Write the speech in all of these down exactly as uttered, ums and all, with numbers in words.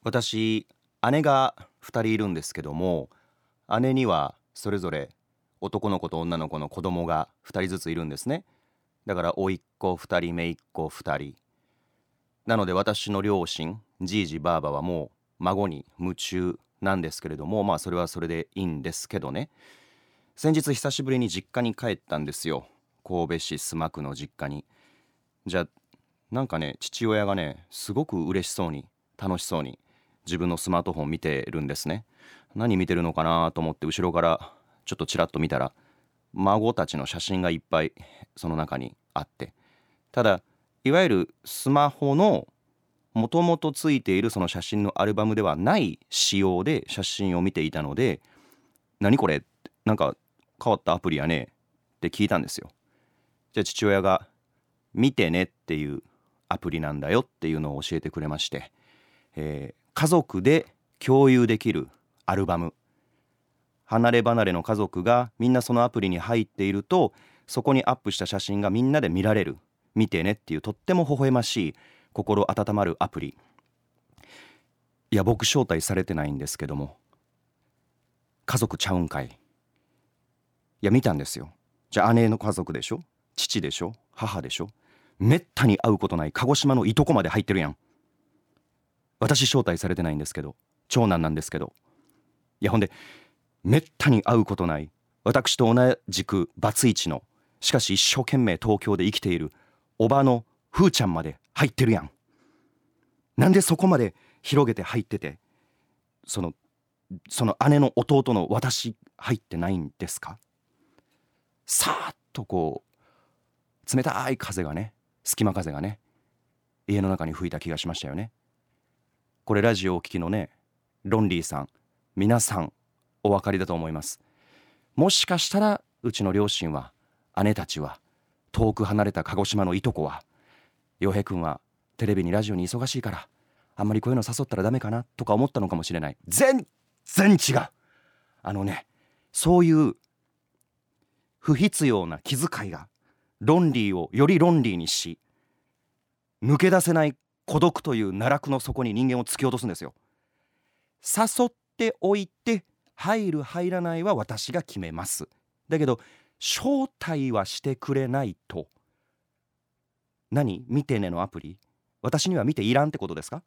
私、姉がふたりいるんですけども、姉にはそれぞれ男の子と女の子の子供がふたりずついるんですね。だから甥っ子ふたり、姪っ子ふたり。なので私の両親、じいじばあばはもう孫に夢中なんですけれども、まあそれはそれでいいんですけどね。先日久しぶりに実家に帰ったんですよ。神戸市須磨区の実家に。じゃあなんかね、父親がねすごく嬉しそうに楽しそうに自分のスマートフォン見てるんですね。何見てるのかなと思って後ろからちょっとちらっと見たら、孫たちの写真がいっぱいその中にあって、ただいわゆるスマホのもともとついているその写真のアルバムではない仕様で写真を見ていたので、何これ、なんか変わったアプリやねって聞いたんですよ。じゃあ父親が見てねっていうアプリなんだよっていうのを教えてくれまして、えー家族で共有できるアルバム、離れ離れの家族がみんなそのアプリに入っていると、そこにアップした写真がみんなで見られる、見てねっていうとっても微笑ましい心温まるアプリ。いや僕招待されてないんですけども、家族ちゃうんかい。いや見たんですよ。じゃあ姉の家族でしょ、父でしょ、母でしょ、めったに会うことない鹿児島のいとこまで入ってるやん。私招待されてないんですけど、長男なんですけど、いやほんでめったに会うことない私と同じくバツイチの、しかし一生懸命東京で生きているおばのふーちゃんまで入ってるやん。なんでそこまで広げて入ってて、そのその姉の弟の私入ってないんですか。さーっとこう冷たい風がね、隙間風がね、家の中に吹いた気がしましたよね。これラジオをお聞きのねロンリーさん、皆さんお分かりだと思います。もしかしたらうちの両親は、姉たちは、遠く離れた鹿児島のいとこは、洋平くんはテレビにラジオに忙しいからあんまりこういうの誘ったらダメかなとか思ったのかもしれない。全然違う。あのね、そういう不必要な気遣いがロンリーをよりロンリーにし、抜け出せない孤独という奈落の底に人間を突き落とすんですよ。誘っておいて入る入らないは私が決めます。だけど招待はしてくれないと。何、見てねのアプリ、私には見ていらんってことですか。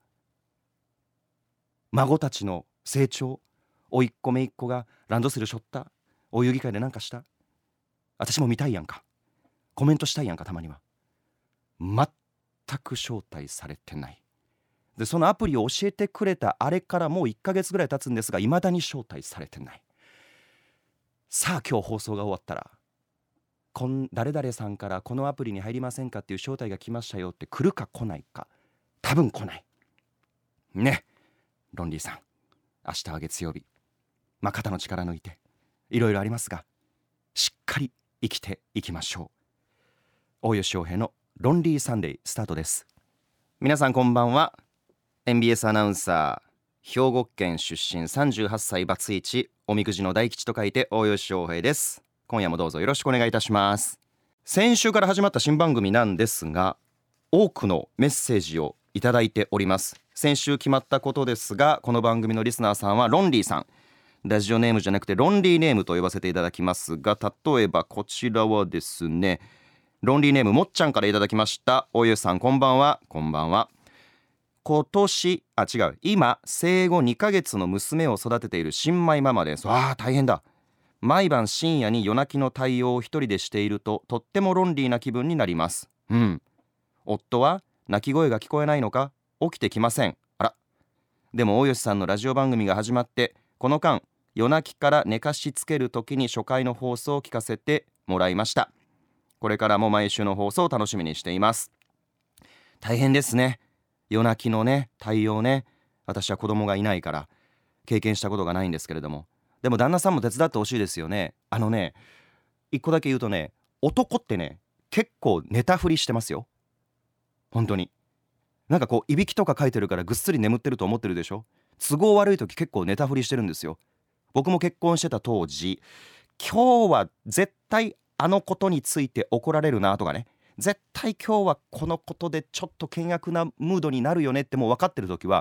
孫たちの成長、甥っ子姪っ子がランドセル背負った、お遊戯会でなんかした、私も見たいやんか、コメントしたいやんか、たまには。全く招待されてない。でそのアプリを教えてくれたあれからもういっかげつぐらい経つんですが、いまだに招待されてない。さあ今日放送が終わったら、こん誰々さんからこのアプリに入りませんかっていう招待が来ましたよって来るか来ないか。多分来ないね。ロンリーさん、明日は月曜日、まあ肩の力抜いていろいろありますが、しっかり生きていきましょう。大吉翔平のロンリーサンデースタートです。皆さんこんばんは。エムビーエス アナウンサー、兵庫県出身さんじゅうはっさいバツイチ、おみくじの大吉と書いて大吉翔平です。今夜もどうぞよろしくお願いいたします。先週から始まった新番組なんですが、多くのメッセージをいただいております。先週決まったことですが、この番組のリスナーさんはロンリーさん、ラジオネームじゃなくてロンリーネームと呼ばせていただきますが、例えばこちらはですね、ロンリーネームもっちゃんからいただきました。大吉さんこんばんは。こんばんは。今年あ違う今生後にかげつの娘を育てている新米ママです。あー大変だ。毎晩深夜に夜泣きの対応を一人でしていると、とってもロンリーな気分になります。うん。夫は泣き声が聞こえないのか起きてきません。あら。でも大吉さんのラジオ番組が始まって、この間夜泣きから寝かしつける時に初回の放送を聞かせてもらいました。これからも毎週の放送を楽しみにしています。大変ですね、夜泣きのね対応ね。私は子供がいないから経験したことがないんですけれども、でも旦那さんも手伝ってほしいですよね。あのね、一個だけ言うとね、男ってね結構寝たふりしてますよ。本当に。なんかこういびきとか書いてるからぐっすり眠ってると思ってるでしょ。都合悪い時結構寝たふりしてるんですよ。僕も結婚してた当時、今日は絶対あのことについて怒られるなとかね、絶対今日はこのことでちょっと険悪なムードになるよねってもう分かってる時は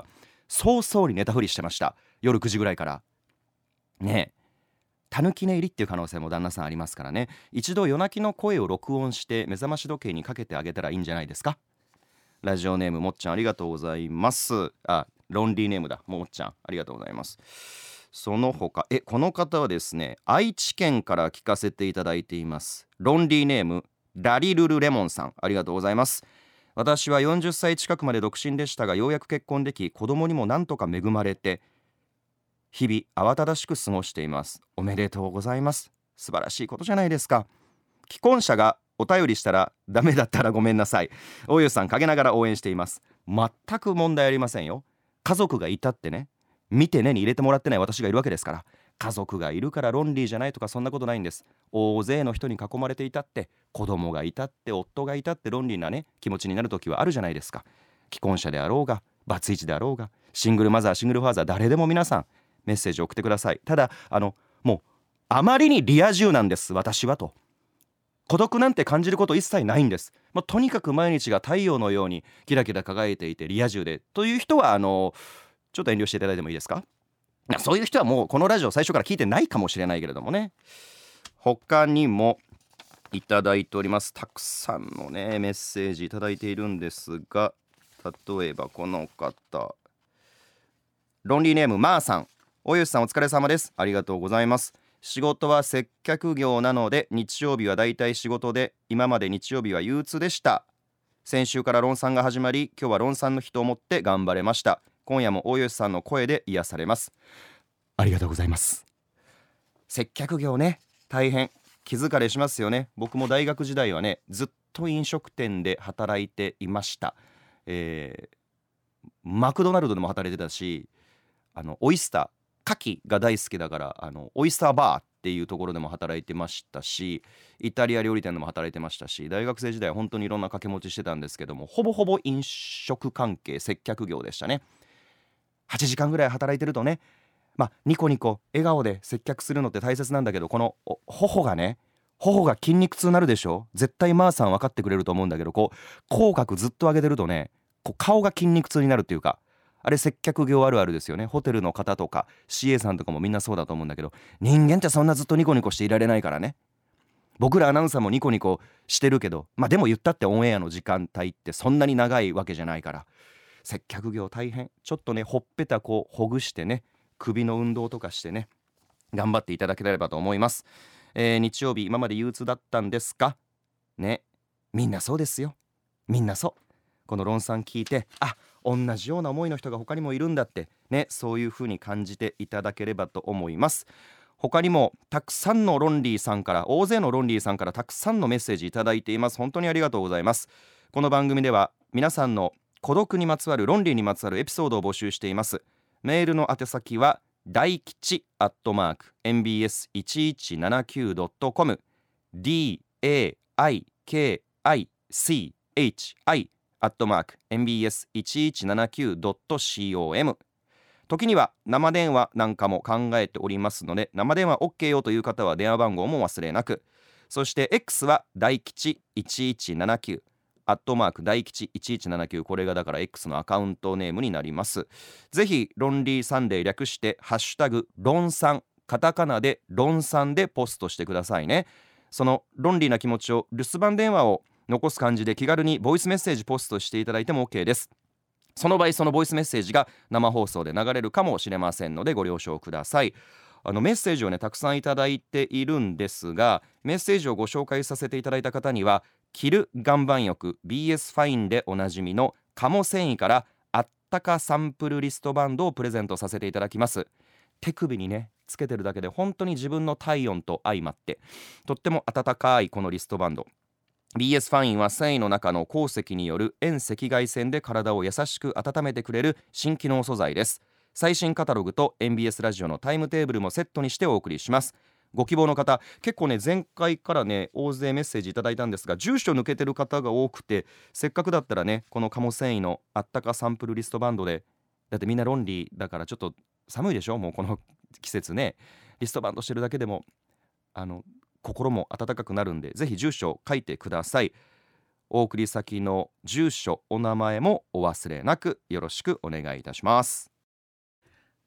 早々に寝たふりしてました。夜くじぐらいからね。えたぬき寝入りっていう可能性も旦那さんありますからね。一度夜泣きの声を録音して目覚まし時計にかけてあげたらいいんじゃないですか。ラジオネームもっちゃんありがとうございます。あ、ロンリーネームだ。もっちゃんありがとうございます。その他、えこの方はですね、愛知県から聞かせていただいています。ロンリーネームラリルルレモンさんありがとうございます。私はよんじゅっさい近くまで独身でしたが、ようやく結婚でき、子供にもなんとか恵まれて日々慌ただしく過ごしています。おめでとうございます。素晴らしいことじゃないですか。既婚者がお便りしたらダメだったらごめんなさい。大湯さん陰ながら応援しています。全く問題ありませんよ。家族がいたってね、見てねに入れてもらってない私がいるわけですから。家族がいるからロンリーじゃないとかそんなことないんです。大勢の人に囲まれていたって、子供がいたって、夫がいたってロンリーなね気持ちになる時はあるじゃないですか。既婚者であろうがバツイチであろうが、シングルマザーシングルファーザー、誰でも皆さんメッセージを送ってください。ただあのもうあまりにリア充なんです私はと。孤独なんて感じること一切ないんです、まあ、とにかく毎日が太陽のようにキラキラ輝いていてリア充でという人はあのちょっと遠慮していただいてもいいですか。そういう人はもうこのラジオ最初から聞いてないかもしれないけれどもね。他にもいただいております。たくさんのねメッセージいただいているんですが、例えばこの方、ロンリーネームマーさん、おゆうさんお疲れ様です。ありがとうございます。仕事は接客業なので日曜日はだいたい仕事で、今まで日曜日は憂鬱でした。先週から論産が始まり、今日は論産の日と思って頑張れました。今夜も大吉さんの声で癒されます。ありがとうございます。接客業ね、大変気疲れしますよね。僕も大学時代はねずっと飲食店で働いていました、えー、マクドナルドでも働いてたし、あのオイスター牡蠣が大好きだから、あのオイスターバーっていうところでも働いてましたし、イタリア料理店でも働いてましたし、大学生時代は本当にいろんな掛け持ちしてたんですけども、ほぼほぼ飲食関係接客業でしたね。はちじかんぐらい働いてるとね、まあニコニコ笑顔で接客するのって大切なんだけど、この頬がね頬が筋肉痛になるでしょ。絶対マーさん分かってくれると思うんだけど、こう口角ずっと上げてるとね、こう顔が筋肉痛になるっていうか、あれ接客業あるあるですよね。ホテルの方とか シーエー さんとかもみんなそうだと思うんだけど、人間ってそんなずっとニコニコしていられないからね。僕らアナウンサーもニコニコしてるけど、まあでも言ったってオンエアの時間帯ってそんなに長いわけじゃないから、接客業大変。ちょっとねほっぺたこうほぐしてね、首の運動とかしてね頑張っていただければと思います。えー、日曜日今まで憂鬱だったんですかね。みんなそうですよ、みんなそう。この論産聞いて、あ、同じような思いの人が他にもいるんだってね、そういう風に感じていただければと思います。他にもたくさんのロンリーさんから、大勢のロンリーさんからたくさんのメッセージいただいています。本当にありがとうございます。この番組では皆さんの孤独にまつわる、ロンリーにまつわるエピソードを募集しています。メールの宛先は大吉アットマーク エムビーエスいちいちななきゅうドットコム ディー エー アイ ケー アイ シー エイチ アイ アットマーク エムビーエスいちいちななきゅうドットコム。 時には生電話なんかも考えておりますので、生電話 OK よという方は電話番号も忘れなく。そして X は大吉いちいちななきゅうアットマーク大吉いちいちななきゅう、これがだから X のアカウントネームになります。ぜひロンリーサンデー略してハッシュタグロンさん、カタカナでロンさんでポストしてくださいね。そのロンリーな気持ちを留守番電話を残す感じで気軽にボイスメッセージポストしていただいても OK です。その場合そのボイスメッセージが生放送で流れるかもしれませんのでご了承ください。あのメッセージをねたくさんいただいているんですが、メッセージをご紹介させていただいた方には着る岩盤浴 ビーエス ファインでおなじみの鴨繊維からあったかサンプルリストバンドをプレゼントさせていただきます。手首にねつけてるだけで本当に自分の体温と相まってとっても温かいこのリストバンド。 ビーエス ファインは繊維の中の鉱石による遠赤外線で体を優しく温めてくれる新機能素材です。最新カタログと エムビーエス ラジオのタイムテーブルもセットにしてお送りします。ご希望の方結構ね前回からね大勢メッセージいただいたんですが、住所抜けてる方が多くて、せっかくだったらねこの鴨繊維のあったかサンプルリストバンドで、だってみんなロンリーだからちょっと寒いでしょ、もうこの季節ね。リストバンドしてるだけでもあの心も温かくなるんで、ぜひ住所を書いてください。お送り先の住所お名前もお忘れなくよろしくお願いいたします。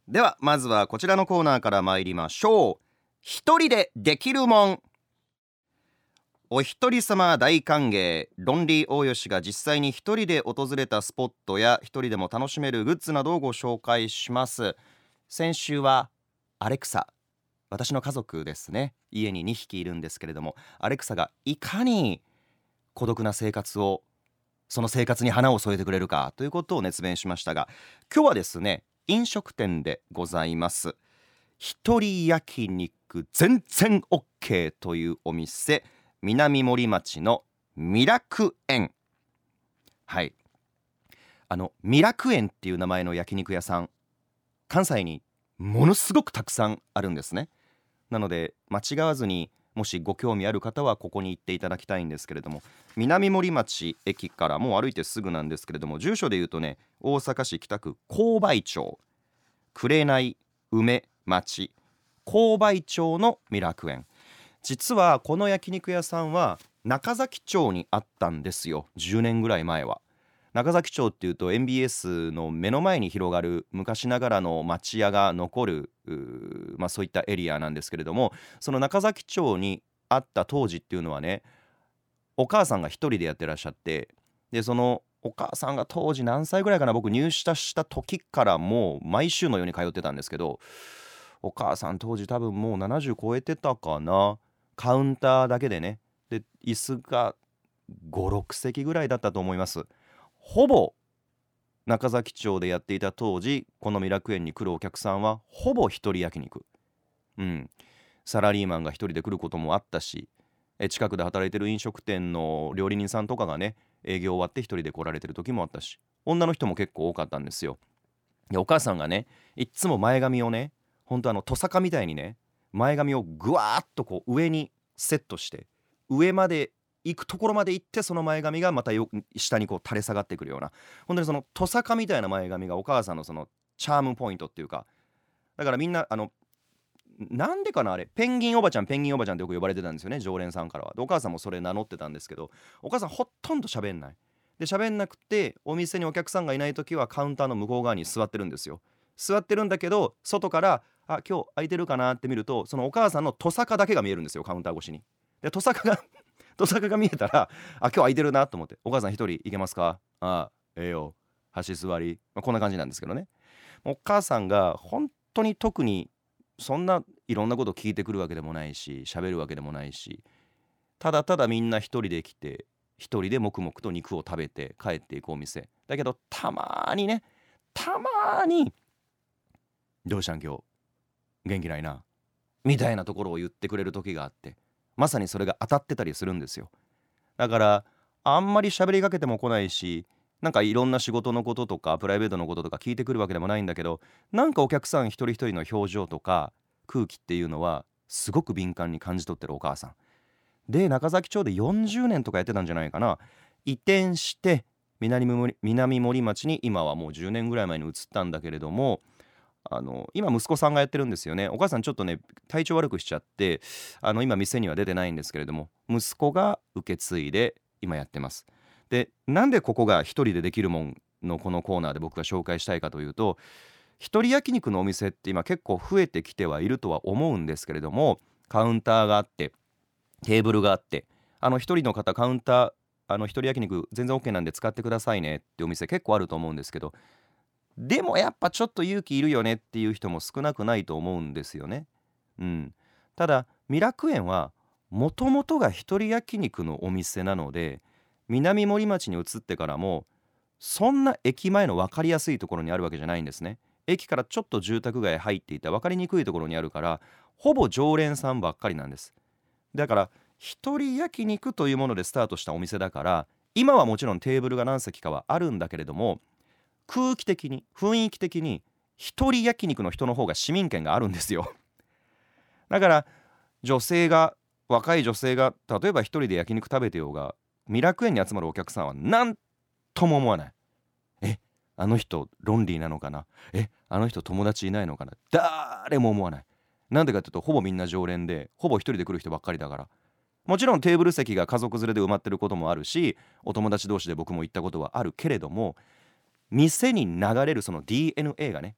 ではまずはこちらのコーナーから参りましょう。一人でできるもん。お一人様大歓迎、ロンリー大吉が実際に一人で訪れたスポットや一人でも楽しめるグッズなどをご紹介します。先週はアレクサ、私の家族ですね、家ににひきいるんですけれども、アレクサがいかに孤独な生活を、その生活に花を添えてくれるかということを熱弁しましたが、今日はですね、飲食店でございます。一人焼肉全然 OK というお店、南森町のミラク園。はい、あのミラク園っていう名前の焼肉屋さん、関西にものすごくたくさんあるんですね。なので間違わずに、もしご興味ある方はここに行っていただきたいんですけれども、南森町駅からもう歩いてすぐなんですけれども、住所で言うとね、大阪市北区購買町、紅梅町購買町のミラク園。実はこの焼肉屋さんは中崎町にあったんですよ、じゅうねんぐらい前は。中崎町っていうと エヌビーエス の目の前に広がる昔ながらの町屋が残る、まあ、そういったエリアなんですけれども、その中崎町にあった当時っていうのはね、お母さんが一人でやってらっしゃって、でそのお母さんが当時何歳ぐらいかな、僕入社した時からもう毎週のように通ってたんですけど、お母さん当時多分もうななじゅう超えてたかな。カウンターだけでね、で椅子がごろくせきぐらいだったと思います。ほぼ中崎町でやっていた当時、このミラク園に来るお客さんはほぼ一人焼肉。うんサラリーマンが一人で来ることもあったし、え近くで働いてる飲食店の料理人さんとかがね、営業終わって一人で来られてる時もあったし、女の人も結構多かったんですよ。でお母さんがね、いっつも前髪をね、ほんとあのトサカみたいにね、前髪をぐわーっとこう上にセットして、上まで行くところまで行って、その前髪がまたよ下にこう垂れ下がってくるような、本当にそのトサカみたいな前髪がお母さんのそのチャームポイントっていうか、だからみんなあのなんでかな、あれペンギンおばちゃんペンギンおばちゃんってよく呼ばれてたんですよね、常連さんからは。でお母さんもそれ名乗ってたんですけど、お母さんほとんど喋んないで、喋んなくて、お店にお客さんがいない時はカウンターの向こう側に座ってるんですよ。座ってるんだけど、外からあ今日空いてるかなって見ると、そのお母さんのトサカだけが見えるんですよ、カウンター越しに。でトサカがトサカが見えたら、あ今日空いてるなと思って、お母さん一人行けますか、あええよ端座り、まあ、こんな感じなんですけどね。お母さんが本当に特にそんないろんなこと聞いてくるわけでもないし、喋るわけでもないし、ただただみんな一人で来て、一人で黙々と肉を食べて帰っていくお店だけど、たまーにね、たまーにどうしたん今日元気ないなみたいなところを言ってくれる時があって、まさにそれが当たってたりするんですよ。だからあんまり喋りかけても来ないし、なんかいろんな仕事のこととかプライベートのこととか聞いてくるわけでもないんだけど、なんかお客さん一人一人の表情とか空気っていうのはすごく敏感に感じ取ってるお母さんで、中崎町でよんじゅうねんとかやってたんじゃないかな。移転して南森南森町に今はもうじゅうねんぐらい前に移ったんだけれども、あの今息子さんがやってるんですよね。お母さんちょっとね体調悪くしちゃって、あの今店には出てないんですけれども、息子が受け継いで今やってます。でなんでここが一人でできるもんのこのコーナーで僕が紹介したいかというと、一人焼肉のお店って今結構増えてきてはいるとは思うんですけれども、カウンターがあってテーブルがあって、あの一人の方カウンター、あの一人焼肉全然 OK なんで使ってくださいねってお店結構あると思うんですけど、でもやっぱちょっと勇気いるよねっていう人も少なくないと思うんですよね。うん。ただミラク園はもともとが一人焼肉のお店なので、南森町に移ってからもそんな駅前の分かりやすいところにあるわけじゃないんですね。駅からちょっと住宅街入っていた分かりにくいところにあるから、ほぼ常連さんばっかりなんです。だから一人焼肉というものでスタートしたお店だから、今はもちろんテーブルが何席かはあるんだけれども、空気的に雰囲気的に一人焼肉の人の方が市民権があるんですよ。だから女性が若い女性が例えば一人で焼肉食べてようが、ミラク園に集まるお客さんは何とも思わない。えあの人ロンリーなのかな、えあの人友達いないのかな、誰も思わない。なんでかっていうと、ほぼみんな常連で、ほぼ一人で来る人ばっかりだから。もちろんテーブル席が家族連れで埋まってることもあるし、お友達同士で僕も行ったことはあるけれども、店に流れるその ディーエヌエー がね、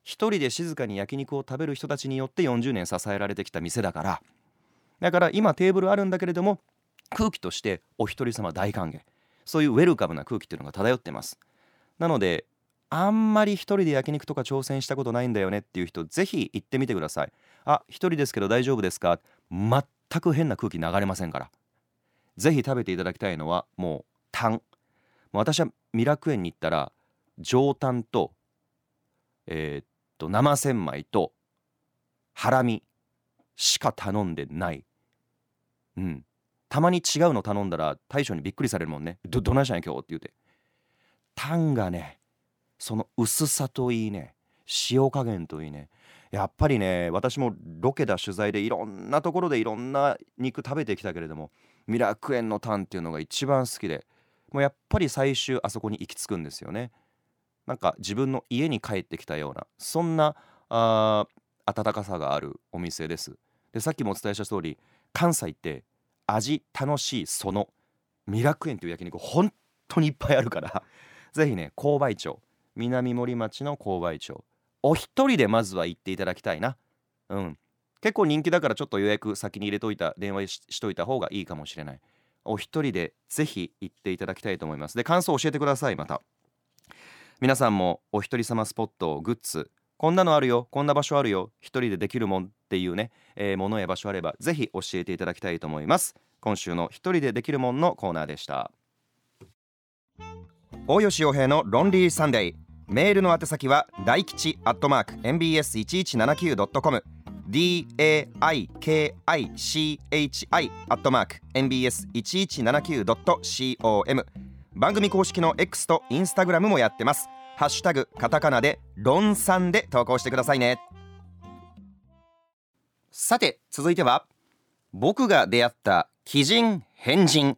一人で静かに焼肉を食べる人たちによってよんじゅうねん支えられてきた店だから。だから今テーブルあるんだけれども、空気としてお一人様大歓迎、そういうウェルカムな空気っていうのが漂ってます。なのであんまり一人で焼肉とか挑戦したことないんだよねっていう人、ぜひ行ってみてください。あ、一人ですけど大丈夫ですか？全く変な空気流れませんから。ぜひ食べていただきたいのはもうタン。もう私は味楽園に行ったら上タンとえーっと生千枚とハラミしか頼んでない。うん。たまに違うの頼んだら大将にびっくりされるもんね。ど、どないしたんや今日って言うて。タンがね、その薄さといいね、塩加減といいね、やっぱりね、私もロケだ取材でいろんなところでいろんな肉食べてきたけれども、味楽園のタンっていうのが一番好きで、もうやっぱり最終あそこに行き着くんですよね。なんか自分の家に帰ってきたような、そんなあー温かさがあるお店です。で、さっきもお伝えした通り、関西って味楽しいその味楽園という焼肉本当にいっぱいあるからぜひね、購買町、南森町の購買町、お一人でまずは行っていただきたいな。うん。結構人気だからちょっと予約先に入れといた、電話し、しといた方がいいかもしれない。お一人でぜひ行っていただきたいと思います。で、感想教えてください。また皆さんもお一人様スポット、グッズ、こんなのあるよ、こんな場所あるよ、一人でできるもんっていうね、えー、ものや場所あればぜひ教えていただきたいと思います。今週の一人でできるもんのコーナーでした。大吉洋平のロンリーサンデー。メールの宛先は大吉アットマーク エムビーエスいちいちななきゅうドットコム、 ダイキアットマーク エムビーエスいちいちななきゅうドットコム。 番組公式の X とインスタグラムもやってます。ハッシュタグカタカナでロンさんで投稿してくださいね。さて続いては、僕が出会った奇人変人。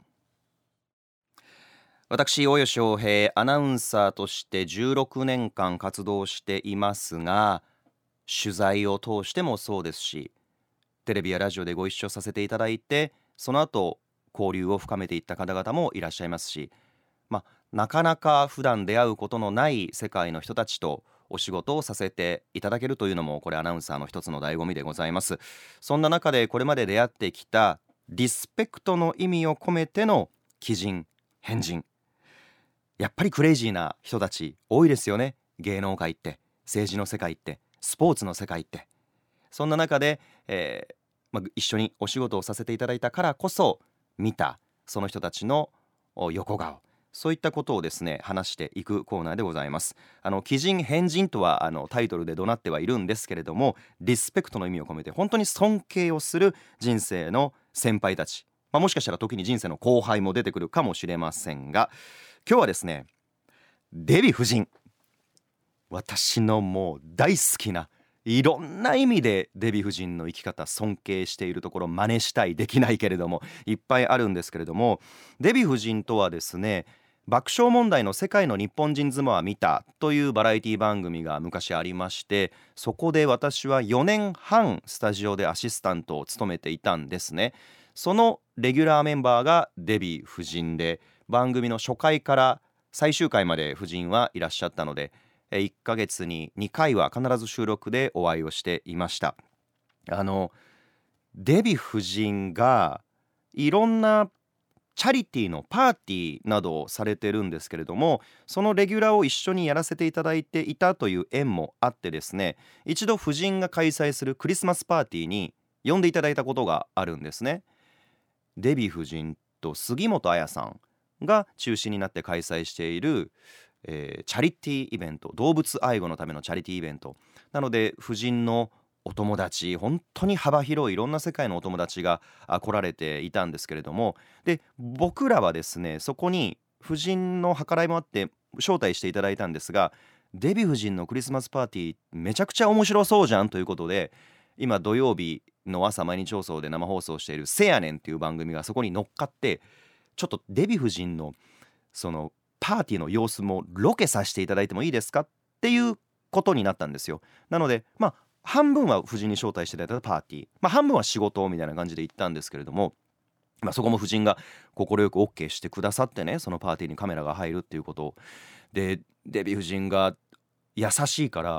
私大吉洋平、アナウンサーとしてじゅうろくねんかん活動していますが、取材を通してもそうですし、テレビやラジオでご一緒させていただいて、その後交流を深めていった方々もいらっしゃいますし、まあ、なかなか普段出会うことのない世界の人たちとお仕事をさせていただけるというのも、これアナウンサーの一つの醍醐味でございます。そんな中でこれまで出会ってきたリスペクトの意味を込めての奇人変人、やっぱりクレイジーな人たち多いですよね。芸能界って、政治の世界って、スポーツの世界って。そんな中で、えーまあ、一緒にお仕事をさせていただいたからこそ見たその人たちの横顔、そういったことをですね話していくコーナーでございます。あの奇人変人とはあのタイトルで怒鳴ってはいるんですけれども、リスペクトの意味を込めて本当に尊敬をする人生の先輩たち、まあ、もしかしたら時に人生の後輩も出てくるかもしれませんが、今日はですね、デヴィ夫人、私のもう大好きな、いろんな意味でデヴィ夫人の生き方尊敬しているところ、真似したい、できないけれどもいっぱいあるんですけれども、デヴィ夫人とはですね、爆笑問題の世界の日本人妻は見たというバラエティ番組が昔ありまして、そこで私はよねんはんスタジオでアシスタントを務めていたんですね。そのレギュラーメンバーがデヴィ夫人で、番組の初回から最終回まで夫人はいらっしゃったので、いっかげつににかいは必ず収録でお会いをしていました。あのデヴィ夫人がいろんなチャリティーのパーティーなどをされてるんですけれども、そのレギュラーを一緒にやらせていただいていたという縁もあってですね、一度夫人が開催するクリスマスパーティーに呼んでいただいたことがあるんですね。デヴィ夫人と杉本彩さんが中心になって開催している、えーチャリティーイベント、動物愛護のためのチャリティーイベントなので、夫人のお友達、本当に幅広いいろんな世界のお友達があ来られていたんですけれども、で僕らはですね、そこに夫人の計らいもあって招待していただいたんですが、デヴィ夫人のクリスマスパーティーめちゃくちゃ面白そうじゃんということで、今土曜日の朝毎日放送で生放送しているせやねんっていう番組がそこに乗っかって、ちょっとデヴィ夫人のそのパーティーの様子もロケさせていただいてもいいですかっていうことになったんですよ。なのでまあ半分は夫人に招待していただいたパーティー、まあ、半分は仕事みたいな感じで行ったんですけれども、まあ、そこも夫人が快く OK してくださってね、そのパーティーにカメラが入るっていうことで、デヴィ夫人が優しいから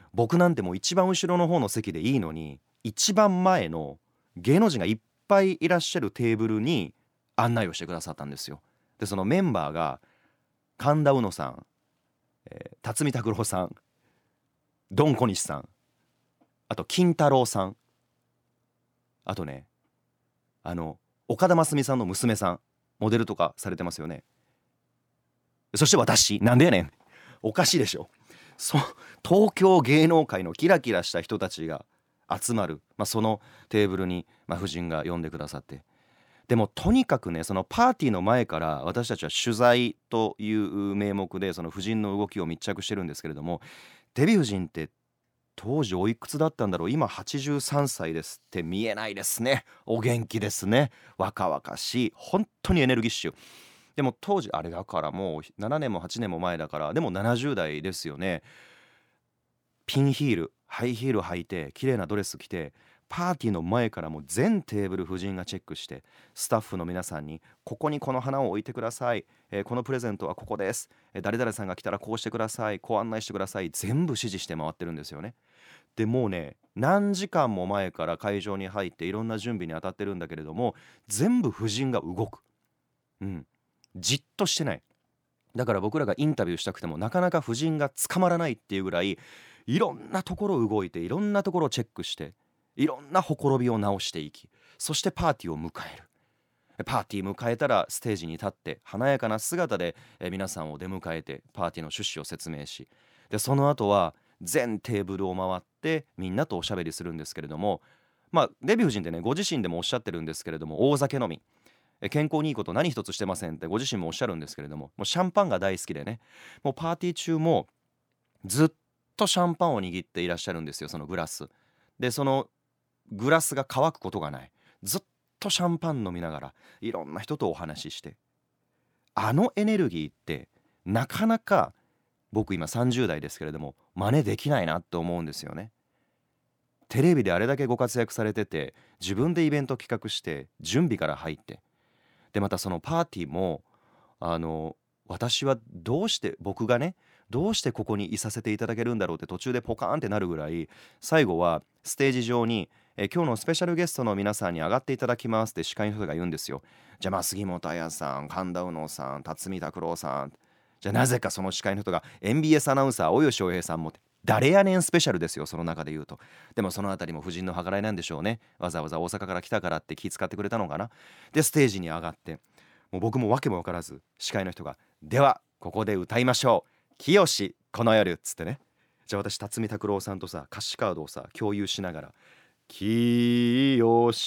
僕なんてもう一番後ろの方の席でいいのに、一番前の芸能人がいっぱいいらっしゃるテーブルに案内をしてくださったんですよ。でそのメンバーが神田うのさん、えー、辰巳拓郎さん、ドン小西さん、あと金太郎さん、あとね、あの岡田真澄さんの娘さん、モデルとかされてますよね。そして私、なんでやねん、おかしいでしょ。そ東京芸能界のキラキラした人たちが集まる、まあ、そのテーブルに、まあ、夫人が呼んでくださって、でもとにかくね、そのパーティーの前から私たちは取材という名目でその夫人の動きを密着してるんですけれども、デヴィ夫人って当時おいくつだったんだろう。今はちじゅうさんさいですって。見えないですね。お元気ですね。若々しい、本当にエネルギッシュ。でも当時あれだからもうななねんもはちねんも前だから、でもななじゅう代ですよね。ピンヒール、ハイヒール履いて綺麗なドレス着て、パーティーの前からもう全テーブル夫人がチェックして、スタッフの皆さんにここにこの花を置いてください、えーこのプレゼントはここです、えー誰々さんが来たらこうしてください、こう案内してください、全部指示して回ってるんですよね。でもうね、何時間も前から会場に入っていろんな準備に当たってるんだけれども、全部夫人が動く。うん、じっとしてない。だから僕らがインタビューしたくてもなかなか夫人が捕まらないっていうぐらい、いろんなところ動いて、いろんなところをチェックして、いろんなほころびを直していき、そしてパーティーを迎える。パーティー迎えたらステージに立って華やかな姿でえ皆さんを出迎えて、パーティーの趣旨を説明し、でその後は全テーブルを回ってみんなとおしゃべりするんですけれども、まあデヴィ夫人ってね、ご自身でもおっしゃってるんですけれども、大酒飲み、え健康にいいこと何一つしてませんってご自身もおっしゃるんですけれども、もうシャンパンが大好きでね、もうパーティー中もずっとシャンパンを握っていらっしゃるんですよ、そのグラスで。そのグラスが乾くことがない。ずっとシャンパン飲みながらいろんな人とお話しして、あのエネルギーってなかなか僕今さんじゅう代ですけれども真似できないなって思うんですよね。テレビであれだけご活躍されてて、自分でイベント企画して準備から入って、でまたそのパーティーも、あの私はどうして僕がね、どうしてここにいさせていただけるんだろうって途中でポカーンってなるぐらい、最後はステージ上にえ今日のスペシャルゲストの皆さんに上がっていただきますって司会の人が言うんですよ。じゃあまあ杉本彩さん、神田うのさん、辰巳拓郎さん、じゃあなぜかその司会の人が エヌビーエス アナウンサー大吉翔平さんもって、誰やねんスペシャルですよ、その中で言うと。でもそのあたりも夫人の計らいなんでしょうね。わざわざ大阪から来たからって気遣ってくれたのかな。でステージに上がって、もう僕も訳も分からず、司会の人がではここで歌いましょう、清この夜っつってね。じゃあ私辰巳拓郎さんとさ歌詞カードをさ共有しながら、清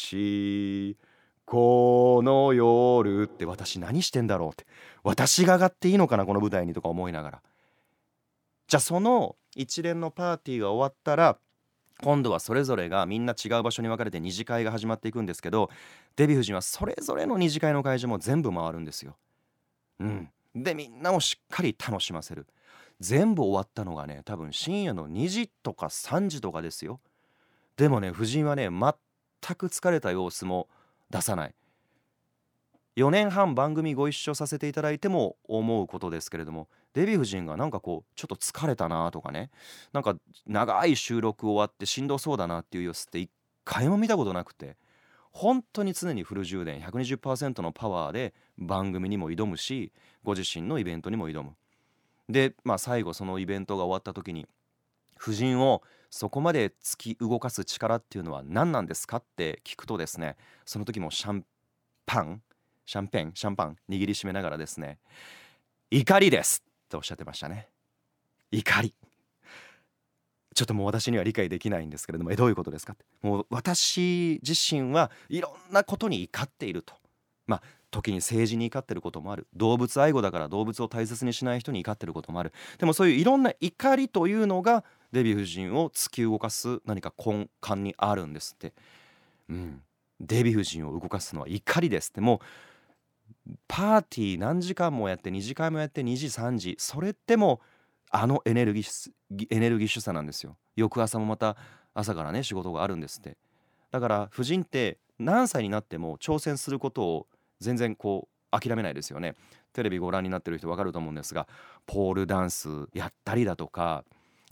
この夜って私何してんだろうって、私が上がっていいのかなこの舞台にとか思いながら、じゃあその一連のパーティーが終わったら、今度はそれぞれがみんな違う場所に分かれて二次会が始まっていくんですけど、デヴィ夫人はそれぞれの二次会の会場も全部回るんですよ。うん、でみんなをしっかり楽しませる。全部終わったのがね、多分深夜のにじとかさんじとかですよ。でもね、夫人はね全く疲れた様子も出さない。よねんはん番組ご一緒させていただいても思うことですけれども、デヴィ夫人がなんかこうちょっと疲れたなとかね、なんか長い収録終わってしんどそうだなっていう様子って一回も見たことなくて、本当に常にフル充電 ひゃくにじゅっパーセント のパワーで番組にも挑むし、ご自身のイベントにも挑む。でまあ最後そのイベントが終わった時に、夫人をそこまで突き動かす力っていうのは何なんですかって聞くとですね、その時もシャンパンシャンペンシャンパン握りしめながらですね、怒りですっておっしゃってましたね。怒り、ちょっともう私には理解できないんですけれども、えどういうことですかって。もう私自身はいろんなことに怒っていると。まあ時に政治に怒ってることもある。動物愛護だから動物を大切にしない人に怒ってることもある。でもそういういろんな怒りというのがデヴィ夫人を突き動かす何か根幹にあるんですって。うん、デヴィ夫人を動かすのは怒りですって。もうパーティー何時間もやってにじかいもやってにじさんじ、それってもあのエネルギッシュエネルギッシュさなんですよ。翌朝もまた朝からね仕事があるんですって。だから夫人って何歳になっても挑戦することを全然こう諦めないですよね。テレビご覧になってる人わかると思うんですが、ポールダンスやったりだとか、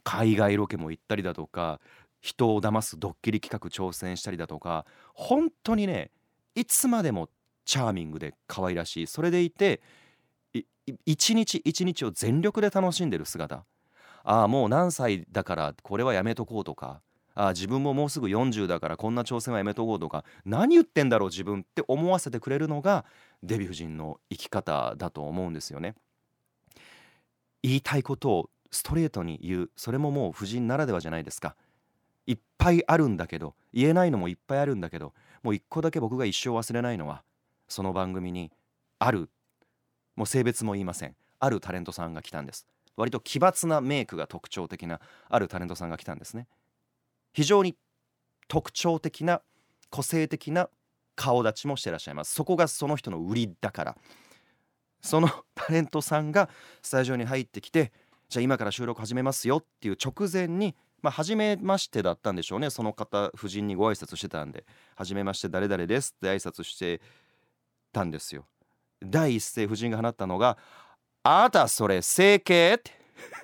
海外ロケも行ったりだとか、人を騙すドッキリ企画挑戦したりだとか、本当にねいつまでもチャーミングで可愛らしい、それでいていい一日一日を全力で楽しんでる姿、ああもう何歳だからこれはやめとこうとか、ああ自分ももうすぐよんじゅうだからこんな挑戦はやめとこうとか、何言ってんだろう自分って思わせてくれるのがデヴィ夫人の生き方だと思うんですよね。言いたいことをストレートに言う、それももう夫人ならではじゃないですか。いっぱいあるんだけど、言えないのもいっぱいあるんだけど、もう一個だけ僕が一生忘れないのは、その番組にある、もう性別も言いません、あるタレントさんが来たんです。割と奇抜なメイクが特徴的なあるタレントさんが来たんですね。非常に特徴的な個性的な顔立ちもしてらっしゃいます。そこがその人の売りだから、そのタレントさんがスタジオに入ってきて、じゃあ今から収録始めますよっていう直前に、まあ初めましてだったんでしょうね。その方夫人にご挨拶してたんで、初めまして誰々ですって挨拶してたんですよ。第一声夫人が放ったのが、あなたそれ整形って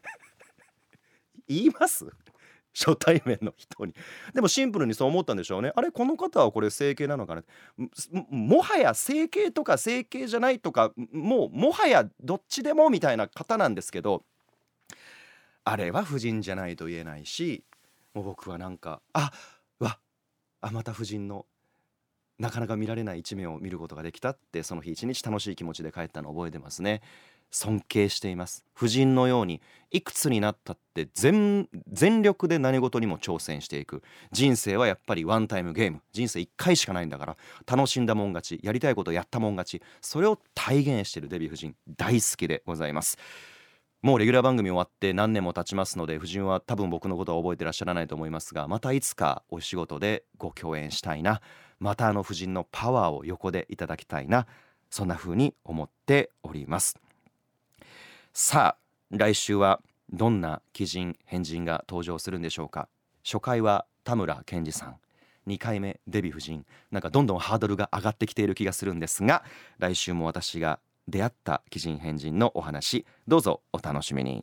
言います初対面の人に。でもシンプルにそう思ったんでしょうね。あれこの方はこれ整形なのかな、ももはや整形とか整形じゃないとか、もうもはやどっちでもみたいな方なんですけど、あれは夫人じゃないと言えないし、もう僕はなんかあわあまた夫人のなかなか見られない一面を見ることができたって、その日一日楽しい気持ちで帰ったのを覚えてますね。尊敬しています。夫人のようにいくつになったって全全力で何事にも挑戦していく。人生はやっぱりワンタイムゲーム、人生いっかいしかないんだから、楽しんだもん勝ち、やりたいことやったもん勝ち、それを体現しているデヴィ夫人、大好きでございます。もうレギュラー番組終わって何年も経ちますので、夫人は多分僕のことは覚えてらっしゃらないと思いますが、またいつかお仕事でご共演したいな、またあの夫人のパワーを横でいただきたいな、そんな風に思っております。さあ来週はどんな奇人変人が登場するんでしょうか。初回は田村健二さん、にかいめデヴィ夫人、なんかどんどんハードルが上がってきている気がするんですが、来週も私が出会った奇人変人のお話、どうぞお楽しみに。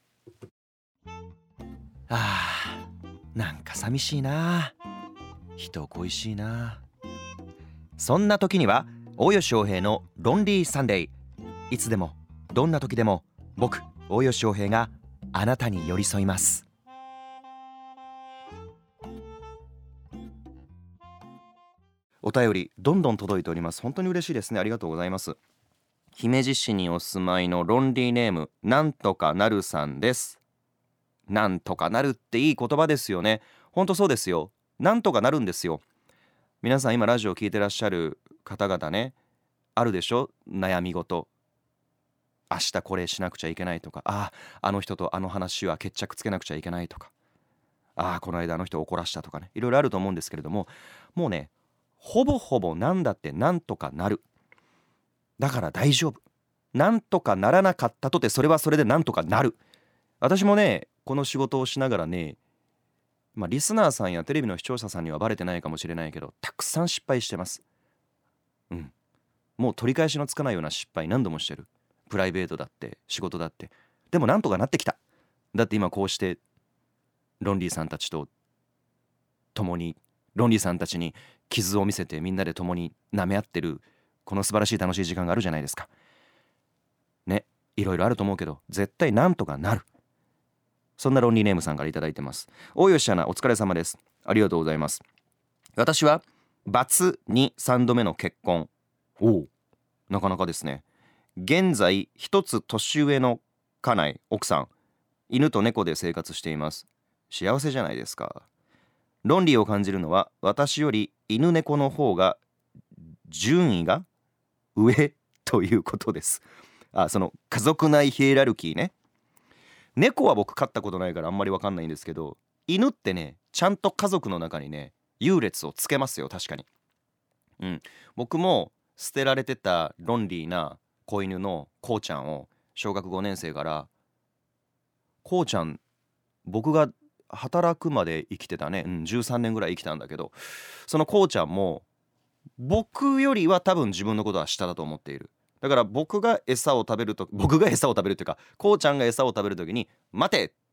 あーなんか寂しいな、人恋しいな。そんな時には大吉洋平のロンリーサンデー、いつでもどんな時でも僕大吉洋平があなたに寄り添います。お便りどんどん届いております。本当に嬉しいですね。ありがとうございます。姫路市にお住まいのロンリーネームなんとかなるさんです。なんとかなるっていい言葉ですよね。本当そうですよ。なんとかなるんですよ。皆さん今ラジオ聞いてらっしゃる方々ね、あるでしょ、悩み事。明日これしなくちゃいけないとか、あああの人とあの話は決着つけなくちゃいけないとか、ああこの間あの人を怒らしたとかね、いろいろあると思うんですけれども、もうねほぼほぼなんだってなんとかなる。だから大丈夫。なんとかならなかったとてそれはそれでなんとかなる。私もねこの仕事をしながらね、まあリスナーさんやテレビの視聴者さんにはバレてないかもしれないけど、たくさん失敗してます。うんもう取り返しのつかないような失敗何度もしてる。プライベートだって仕事だって。でもなんとかなってきた。だって今こうしてロンリーさんたちと共に、ロンリーさんたちに傷を見せてみんなで共に舐め合ってるこの素晴らしい楽しい時間があるじゃないですかね。いろいろあると思うけど絶対なんとかなる。そんなロンリーネームさんからいただいてます。大吉アナお疲れ様です。ありがとうございます。私はバツにさんどめの結婚。おおなかなかですね。現在一つ年上の家内奥さん、犬と猫で生活しています。幸せじゃないですか。論理を感じるのは私より犬猫の方が順位が上ということです。あ、その家族内ヒエラルキーね。猫は僕飼ったことないからあんまり分かんないんですけど、犬ってねちゃんと家族の中にね優劣をつけますよ。確かに。うん僕も捨てられてたロンリーな子犬のこうちゃんを小学ごねん生から、こうちゃん僕が働くまで生きてたね、うん、じゅうさんねんぐらい生きたんだけど、そのこうちゃんも僕よりは多分自分のことは下だと思っている。だから僕が餌を食べると僕が餌を食べるっていうかこうちゃんが餌を食べるときに待てって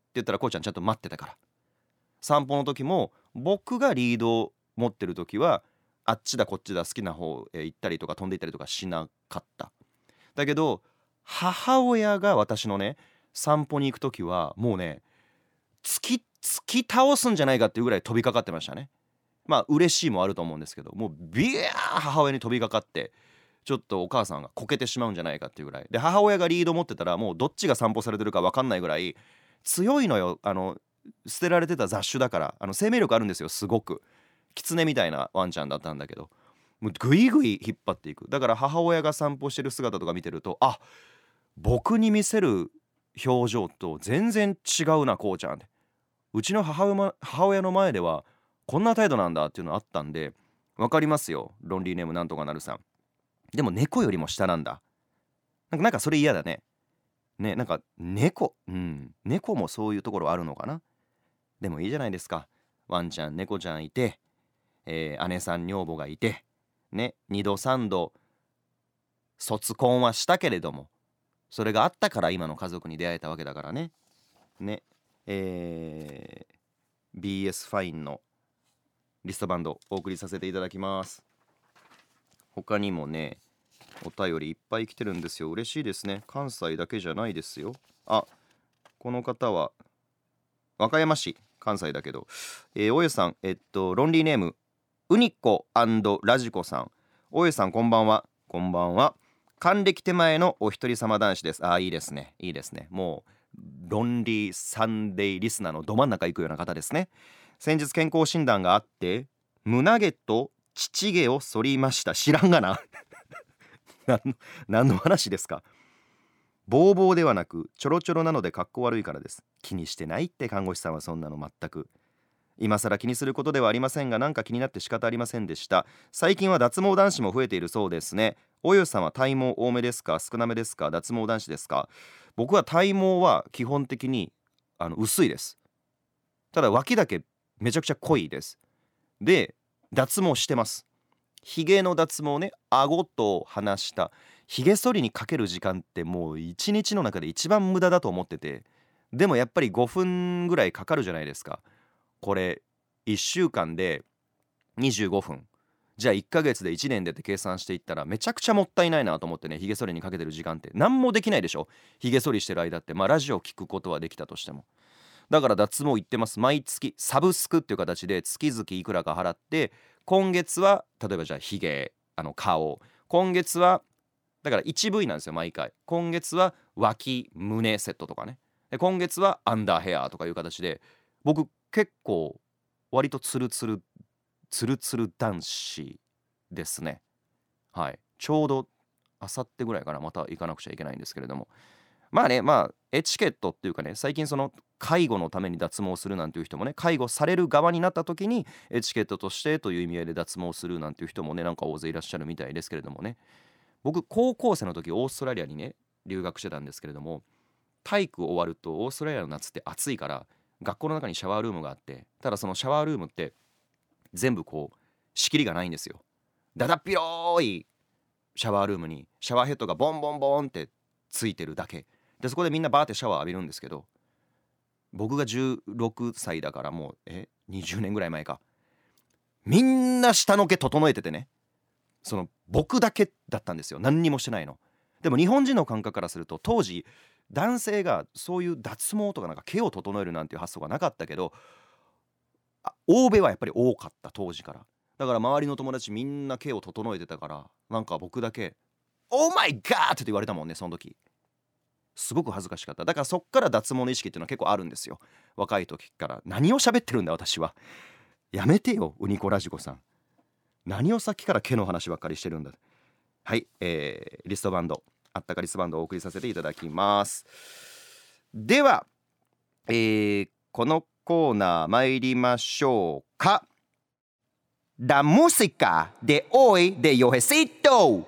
言ったらこうちゃんちゃんと待ってたから。散歩の時も僕がリードを持ってる時はあっちだこっちだ好きな方へ行ったりとか飛んでいったりとかしなかった。だけど母親が私のね散歩に行く時はもうね突き突き倒すんじゃないかっていうぐらい飛びかかってましたね。まあ嬉しいもあると思うんですけど、もうビヤー母親に飛びかかってちょっとお母さんがこけてしまうんじゃないかっていうぐらいで、母親がリード持ってたらもうどっちが散歩されてるか分かんないぐらい強いのよ。あの捨てられてた雑種だから、あの生命力あるんですよ。すごく狐みたいなワンちゃんだったんだけど、もうグイグイ引っ張っていく。だから母親が散歩してる姿とか見てると、あ、僕に見せる表情と全然違うなこうちゃんって、うちの母親母親の前ではこんな態度なんだっていうのあったんで、分かりますよロンリーネームなんとかなるさん。でも猫よりも下なんだ。なんかなんかそれ嫌だね。ね、なんか猫、うん猫もそういうところあるのかな。でもいいじゃないですか。ワンちゃん猫ちゃんいて、えー姉さん女房がいてね、にどさんど卒婚はしたけれども、それがあったから今の家族に出会えたわけだからね。ね、えー ビーエス ファインのリストバンドお送りさせていただきます。他にもねお便りいっぱい来てるんですよ。嬉しいですね。関西だけじゃないですよ。あ、この方は和歌山市、関西だけど、えー、おゆさん、えっとロンリーネームウニコ&ラジコさん。おゆさんこんばんは。こんばんは。還暦手前のお一人様男子です。あー、いいですね、いいですね。もうロンリーサンデーリスナーのど真ん中行くような方ですね。先日健康診断があって胸毛と乳毛を剃りました。知らんがな何の何の話ですか。ボーボーではなくちょろちょろなのでかっこ悪いからです。気にしてないって看護師さんは。そんなの全く今更気にすることではありませんが、なんか気になって仕方ありませんでした。最近は脱毛男子も増えているそうですね。おゆさんは体毛多めですか、少なめですか、脱毛男子ですか。僕は体毛は基本的にあの薄いです。ただ脇だけめちゃくちゃ濃いです。で脱毛してます。ヒゲの脱毛ね、顎と鼻下、ヒゲ剃りにかける時間ってもう一日の中で一番無駄だと思ってて、でもやっぱりごふんぐらいかかるじゃないですか。これいっしゅうかんでにじゅうごふん、じゃあいっかげつでいちねんでって計算していったらめちゃくちゃもったいないなと思ってね。ヒゲ剃りにかけてる時間って何もできないでしょ。ヒゲ剃りしてる間って、まあラジオ聞くことはできたとしても。だから脱毛行ってます。毎月サブスクっていう形で月々いくらか払って、今月は例えばじゃあヒゲ、あの顔、今月はだから ワンブイ なんですよ毎回。今月は脇胸セットとかね、で今月はアンダーヘアとかいう形で、僕結構割とツルツルツルツル男子ですね。はい、ちょうどあさってぐらいかな、また行かなくちゃいけないんですけれども、まあね、まあエチケットっていうかね、最近その介護のために脱毛するなんていう人もね、介護される側になった時にエチケットとしてという意味合いで脱毛するなんていう人もね、なんか大勢いらっしゃるみたいですけれどもね。僕高校生の時オーストラリアにね留学してたんですけれども、体育終わるとオーストラリアの夏って暑いから学校の中にシャワールームがあって、ただそのシャワールームって全部こう仕切りがないんですよ。だだっ広いシャワールームにシャワーヘッドがボンボンボンってついてるだけで、そこでみんなバーってシャワー浴びるんですけど、僕がじゅうろくさいだからもうえにじゅうねんぐらい前か、みんな下の毛整えててね、その僕だけだったんですよ、何にもしてないの。でも日本人の感覚からすると、当時男性がそういう脱毛とかなんか毛を整えるなんていう発想がなかったけど、あ欧米はやっぱり多かった当時から。だから周りの友達みんな毛を整えてたから、なんか僕だけオーマイガーって言われたもんね、その時。すごく恥ずかしかった。だからそっから脱毛の意識っていうのは結構あるんですよ、若い時から。何を喋ってるんだ私は。やめてよウニコラジコさん、何をさっきから毛の話ばっかりしてるんだ。はい、えー、リストバンド、あったかリストバンドをお送りさせていただきます。では、えー、このコーナー参りましょうか。 La música de hoy de Yojecito.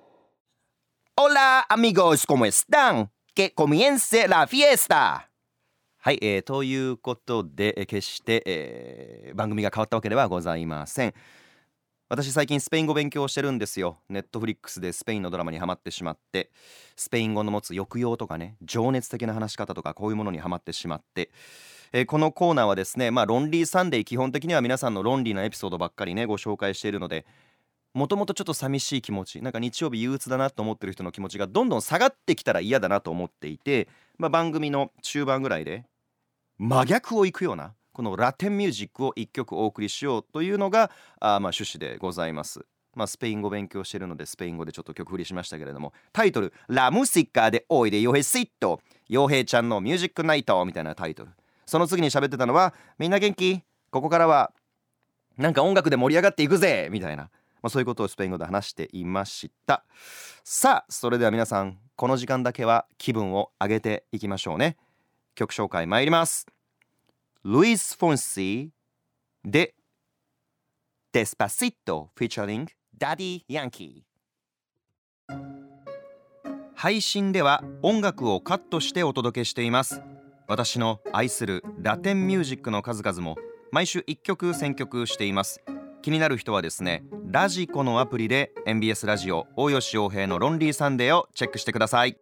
Hola amigos, ¿cómo están? Que comience la fiesta. はい、えー、ということで、えー決して、えー番組が変わったわけではございません。 私最近スペイン語勉強してるんですよ。ネットフリックスでスペインのドラマにハマってしまって、スペイン語の持つ抑揚とかね、情熱的な話し方とかこういうものにハマってしまって、えーこのコーナーはですね、まあロンリーサンデー、基本的には皆さんのロンリーなエピソードばっかりねご紹介しているので、もともとちょっと寂しい気持ち、なんか日曜日憂鬱だなと思ってる人の気持ちがどんどん下がってきたら嫌だなと思っていて、まあ、番組の中盤ぐらいで真逆をいくようなこのラテンミュージックをいっきょくお送りしようというのがあーまあ趣旨でございます。まあ、スペイン語勉強しているのでスペイン語でちょっと曲振りしましたけれども、タイトルラムシカでおいでヨヘシット、ヨヘちゃんのミュージックナイトみたいなタイトル。その次に喋ってたのはみんな元気、ここからはなんか音楽で盛り上がっていくぜみたいな、まあ、そういうことをスペイン語で話していました。さあそれでは皆さん、この時間だけは気分を上げていきましょうね。曲紹介参ります。ルイス・フォンシーでデスパシット featuring ダディ・ヤンキー。配信では音楽をカットしてお届けしています。私の愛するラテンミュージックの数々も毎週いっきょく選曲しています。気になる人はですね、ラジコのアプリで エムビーエス ラジオ大吉洋平のロンリーサンデーをチェックしてください。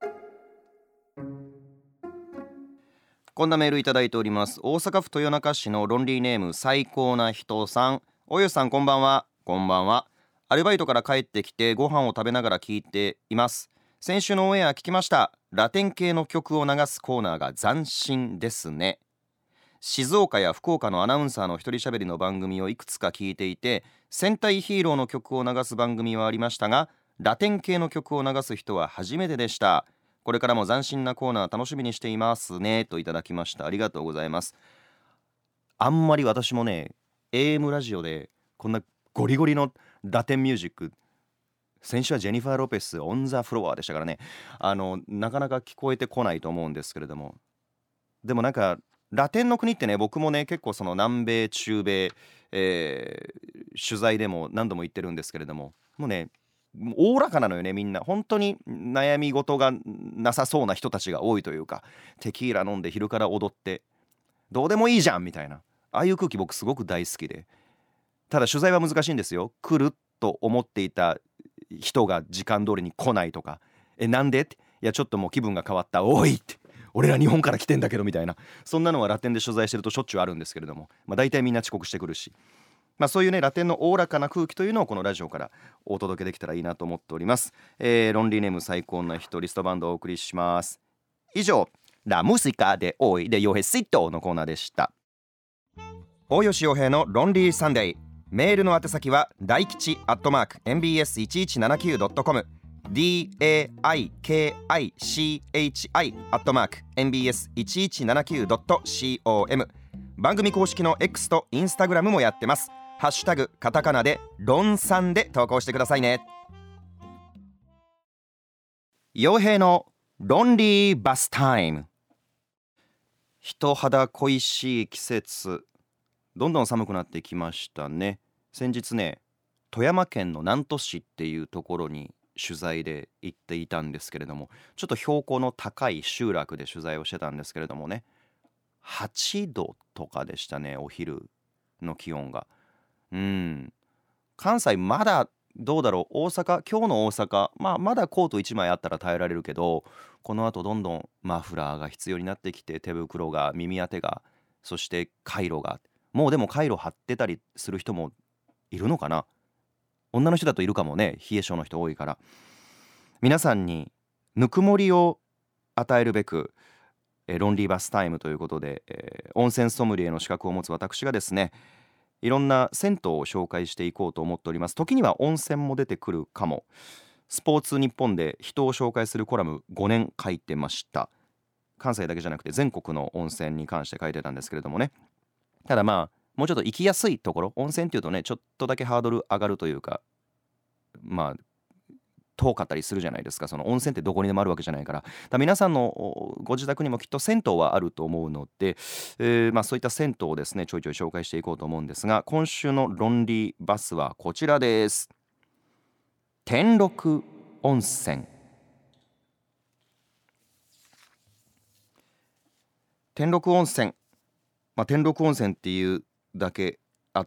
こんなメールいただいております。大阪府豊中市のロンリーネーム最高な人さん。大吉さんこんばんは。こんばんは。アルバイトから帰ってきてご飯を食べながら聞いています。先週のオンエア聞きました。ラテン系の曲を流すコーナーが斬新ですね。静岡や福岡のアナウンサーの一人喋りの番組をいくつか聞いていて、戦隊ヒーローの曲を流す番組はありましたが、ラテン系の曲を流す人は初めてでした。これからも斬新なコーナー楽しみにしていますね、といただきました。ありがとうございます。あんまり私もね エーエム ラジオでこんなゴリゴリのラテンミュージック、先週はジェニファー・ロペスオン・ザ・フロアでしたからね、あのなかなか聞こえてこないと思うんですけれども、でもなんかラテンの国ってね、僕もね結構その南米中米、えー取材でも何度も言ってるんですけれども、もうねおおらかなのよね。みんな本当に悩み事がなさそうな人たちが多いというか、テキーラ飲んで昼から踊ってどうでもいいじゃんみたいな、ああいう空気僕すごく大好きで、ただ取材は難しいんですよ。来ると思っていた人が時間通りに来ないとか、えなんでって、いやちょっともう気分が変わった、おいって俺ら日本から来てんだけどみたいな、そんなのはラテンで取材してるとしょっちゅうあるんですけれども、まあ、大体みんな遅刻してくるし、まあ、そういうねラテンのおおらかな空気というのをこのラジオからお届けできたらいいなと思っております。えー、ロンリーネーム最高な人リストバンドをお送りします。以上ラムシカでおいでヨヘシットのコーナーでした。大吉洋平のロンリーサンデー。メールの宛先は大吉アットマーク エムビーエスいちいちななきゅうドットコム ダイキチ アットマーク エムビーエスいちいちななきゅうドットコム。 番組公式の X と Instagram もやってます。ハッシュタグカタカナでロンサンで投稿してくださいね。洋平のロンリーバスタイム。人肌恋しい季節、どんどん寒くなってきましたね。先日ね富山県の南砺市っていうところに取材で行っていたんですけれども、ちょっと標高の高い集落で取材をしてたんですけれどもね、はちどとかでしたね、お昼の気温が。うん関西まだどうだろう。大阪、今日の大阪、まあまだコートいちまいあったら耐えられるけど、このあとどんどんマフラーが必要になってきて、手袋が、耳当てが、そしてカイロが、もうでもカイロ貼ってたりする人もいるのかな。女の人だといるかもね、冷え性の人多いから。皆さんにぬくもりを与えるべく、えーロンリーバスタイムということで、えー温泉ソムリエの資格を持つ私がですね、いろんな銭湯を紹介していこうと思っております。時には温泉も出てくるかも。スポーツ日本で人を紹介するコラムごねん書いてました。関西だけじゃなくて全国の温泉に関して書いてたんですけれどもね。ただまあもうちょっと行きやすいところ、温泉っていうとねちょっとだけハードル上がるというか、まあ遠かったりするじゃないですか。その温泉ってどこにでもあるわけじゃないから。だから皆さんのおご自宅にもきっと銭湯はあると思うので、えーまあ、そういった銭湯をですねちょいちょい紹介していこうと思うんですが、今週のロンリーバスはこちらです。天禄温泉。天禄温泉、まあ、天禄温泉っていうだけあって、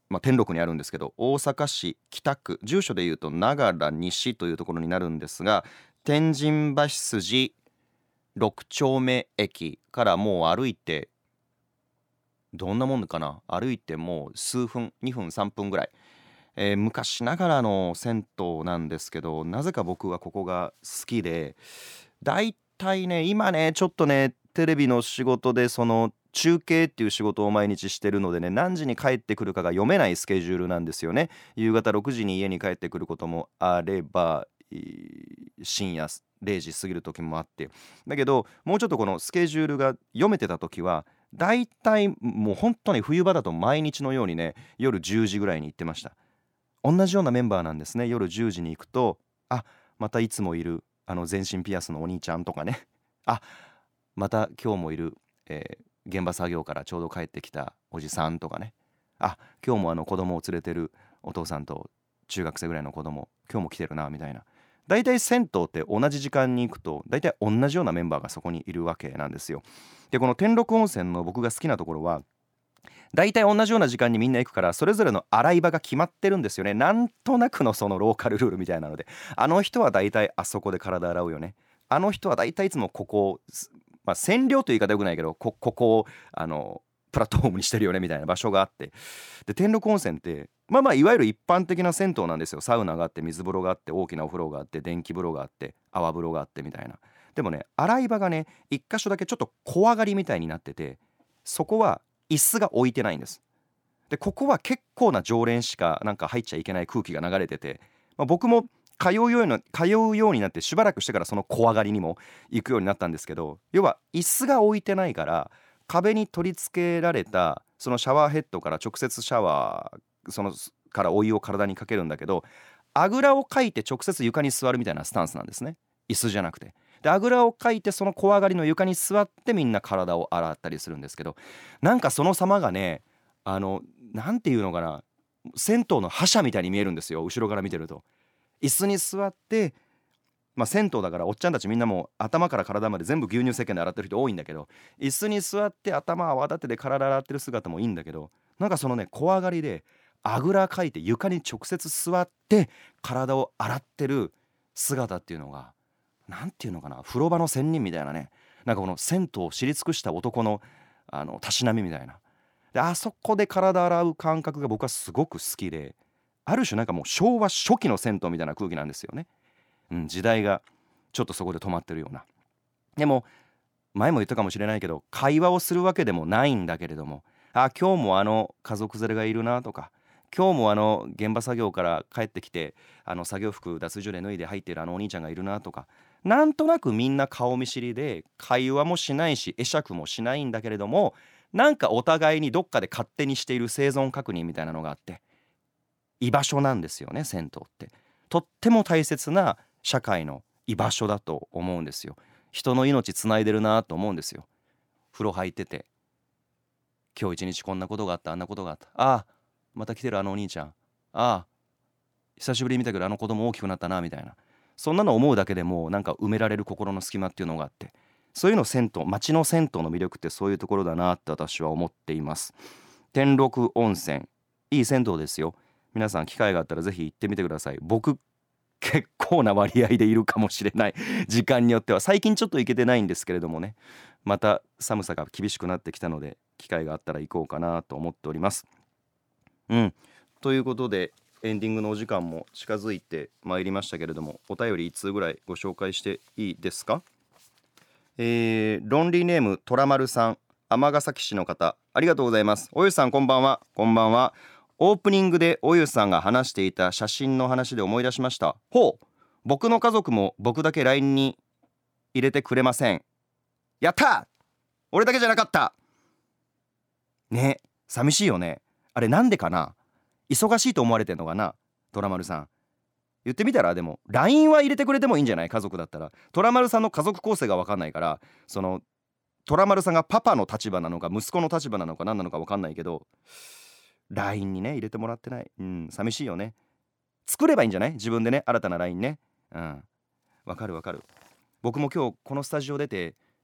まあ、天禄にあるんですけど、大阪市北区、住所でいうと長良西というところになるんですが、天神橋筋ろく丁目駅からもう歩いてどんなもんかな、歩いてもう数分、にふんさんぷんぐらい、えー昔ながらの銭湯なんですけど、なぜか僕はここが好きで、だいたいね、今ねちょっとねテレビの仕事でその中継っていう仕事を毎日してるのでね、何時に帰ってくるかが読めないスケジュールなんですよね。夕方ろくじに家に帰ってくることもあれば、い深夜れいじ過ぎる時もあって、だけどもうちょっとこのスケジュールが読めてた時は、だいたいもう本当に冬場だと毎日のようにね、夜じゅうじぐらいに行ってました。同じようなメンバーなんですね。夜じゅうじに行くと、あ、またいつもいるあの全身ピアスのお兄ちゃんとかね、あ、また今日もいる、えー現場作業からちょうど帰ってきたおじさんとかね、あ、今日もあの子供を連れてるお父さんと中学生ぐらいの子供今日も来てるなみたいな。だいたい銭湯って同じ時間に行くとだいたい同じようなメンバーがそこにいるわけなんですよ。でこの天禄温泉の僕が好きなところは、だいたい同じような時間にみんな行くからそれぞれの洗い場が決まってるんですよね。なんとなくのそのローカルルールみたいなので、あの人はだいたいあそこで体洗うよね、あの人はだいたいいつもここを、まあ、占領という言い方よくないけど、こここをあのプラットフォームにしてるよねみたいな場所があって、で天禄温泉ってまあまあいわゆる一般的な銭湯なんですよ。サウナがあって水風呂があって大きなお風呂があって電気風呂があって泡風呂があってみたいな。でもね、洗い場がね一箇所だけちょっと小上がりみたいになってて、そこは椅子が置いてないんです。でここは結構な常連しかなんか入っちゃいけない空気が流れてて、まあ、僕も通うように通うようになってしばらくしてからその小上がりにも行くようになったんですけど、要は椅子が置いてないから壁に取り付けられたそのシャワーヘッドから直接シャワーそのからお湯を体にかけるんだけど、あぐらをかいて直接床に座るみたいなスタンスなんですね。椅子じゃなくて。であぐらをかいてその小上がりの床に座ってみんな体を洗ったりするんですけど、なんかその様がね、あのなんていうのかな、銭湯の覇者みたいに見えるんですよ、後ろから見てると。椅子に座って、まあ銭湯だからおっちゃんたちみんなもう頭から体まで全部牛乳石鹸で洗ってる人多いんだけど、椅子に座って頭泡立てて体洗ってる姿もいいんだけど、なんかそのね小上がりであぐらかいて床に直接座って体を洗ってる姿っていうのが、なんていうのかな、風呂場の仙人みたいなね、なんかこの銭湯を知り尽くした男のあのたしなみみたいな。であそこで体洗う感覚が僕はすごく好きで、ある種なんかもう昭和初期の銭湯みたいな空気なんですよね。うん、時代がちょっとそこで止まってるような。でも前も言ったかもしれないけど会話をするわけでもないんだけれども、あ今日もあの家族連れがいるなとか、今日もあの現場作業から帰ってきてあの作業服脱衣所で脱いで入っているあのお兄ちゃんがいるなとか、なんとなくみんな顔見知りで会話もしないし会釈もしないんだけれども、なんかお互いにどっかで勝手にしている生存確認みたいなのがあって、居場所なんですよね。銭湯ってとっても大切な社会の居場所だと思うんですよ。人の命つないでるなと思うんですよ。風呂入ってて今日一日こんなことがあった、あんなことがあった、ああまた来てるあのお兄ちゃん、ああ久しぶりに見たけどあの子供大きくなったなみたいな、そんなの思うだけでもうなんか埋められる心の隙間っていうのがあって、そういうの銭湯、町の銭湯の魅力ってそういうところだなって私は思っています。天禄温泉いい銭湯ですよ。皆さん機会があったらぜひ行ってみてください。僕結構な割合でいるかもしれない時間によっては、最近ちょっと行けてないんですけれどもね、また寒さが厳しくなってきたので機会があったら行こうかなと思っております。うんということでエンディングのお時間も近づいてまいりましたけれども、お便りいっつうぐらいご紹介していいですか。えー、ロンリーネームトラマルさん、尼崎市の方、ありがとうございます。おゆさんこんばんは。こんばんは。オープニングでおゆさんが話していた写真の話で思い出しました。ほう、僕の家族も僕だけ ライン に入れてくれません。やったー、俺だけじゃなかったね。寂しいよね。あれなんでかな、忙しいと思われてんのかな。トラマルさん言ってみたら、でも ライン は入れてくれてもいいんじゃない、家族だったら。トラマルさんの家族構成が分かんないから、そのトラマルさんがパパの立場なのか息子の立場なのか何なのか分かんないけど、 ライン にね入れてもらってない。うん寂しいよね。作ればいいんじゃない、自分でね、新たな ライン ね。うんわかるわかる。僕も今日このスタジオ出て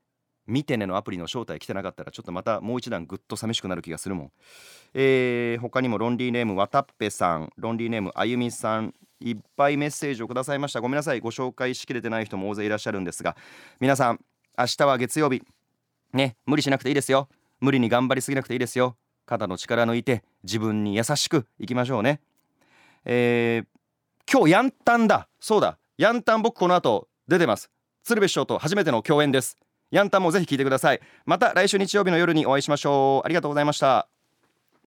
見てねのアプリの招待来てなかったらちょっとまたもう一段ぐっと寂しくなる気がするもん。えー、他にもロンリーネームわたっぺさん、ロンリーネームあゆみさん、いっぱいメッセージをくださいました。ごめんなさい、ご紹介しきれてない人も大勢いらっしゃるんですが、皆さん明日は月曜日ね、無理しなくていいですよ。無理に頑張りすぎなくていいですよ。肩の力抜いて自分に優しくいきましょうね。えー、今日ヤンタンだ。そうだ、ヤンタン僕この後出てます。鶴瓶師匠と初めての共演です。ヤンタンもぜひ聞いてください。また来週日曜日の夜にお会いしましょう。ありがとうございました。